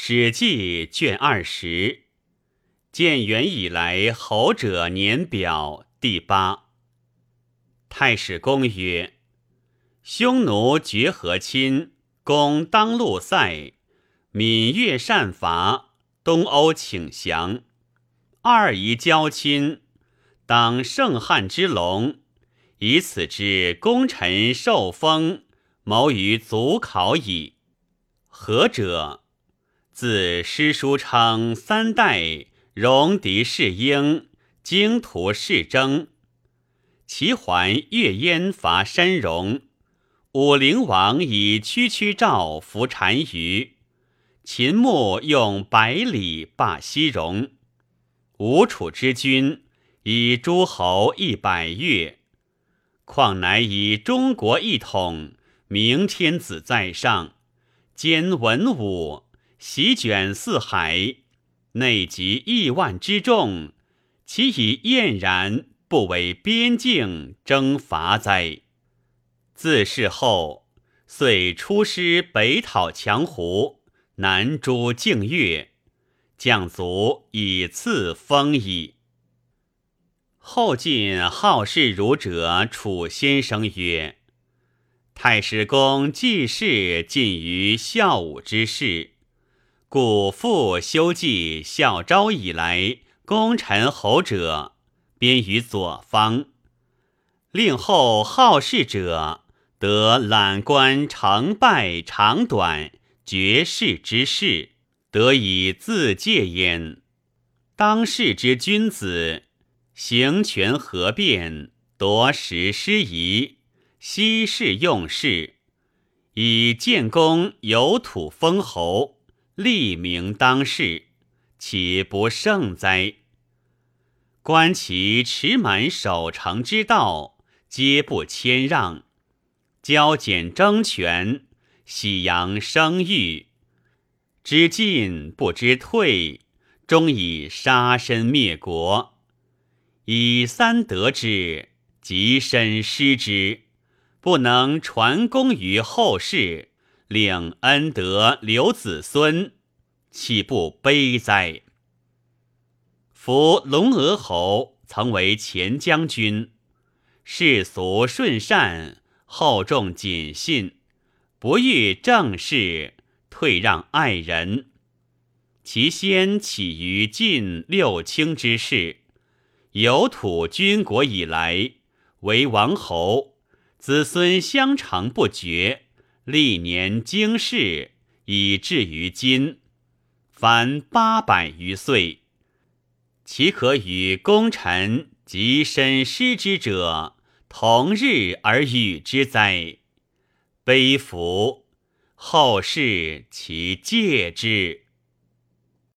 史记卷20，建元以来侯者年表第8。太史公曰：匈奴绝和亲，攻当路塞，闽越善伐，东欧请降。二夷交亲，当盛汉之隆，以此之功臣受封，谋于祖考矣。何者？自诗书称3代，戎狄士英，荆徒士征。齐桓越燕伐山戎，武陵王以区区赵服单于，秦穆用百里霸西戎。吴楚之君以诸侯100越，况乃以中国一统，明天子在上，兼文武，席卷四海，内集亿万之众，其以晏然不为边境征伐哉？自是后，遂出师北讨强胡，南诛晋越，将卒以次封矣。后晋好事儒者楚先生曰：太史公记事尽于孝武之事，故复修记孝昭以来功臣侯者，编于左方，令后好事者得览观成败长短绝世之事，得以自戒焉。当世之君子，行权合辩，夺时失宜，息事用事，以建功有土封侯，立名当世，岂不胜哉？观其持满守成之道，皆不谦让，骄简争权，喜扬声誉，知进不知退，终以杀身灭国。以3得之，及身失之，不能传功于后世，令恩德留子孙，岂不悲哉？夫龙娥侯曾为前将军，世俗顺善，厚重谨信，不欲政事，退让爱人。其先起于晋6卿之事，有土军国以来，为王侯，子孙相承不绝，历年经世，以至于今，凡800余岁。其可与功臣及身失之者，同日而语之哉？悲夫！后世其戒之。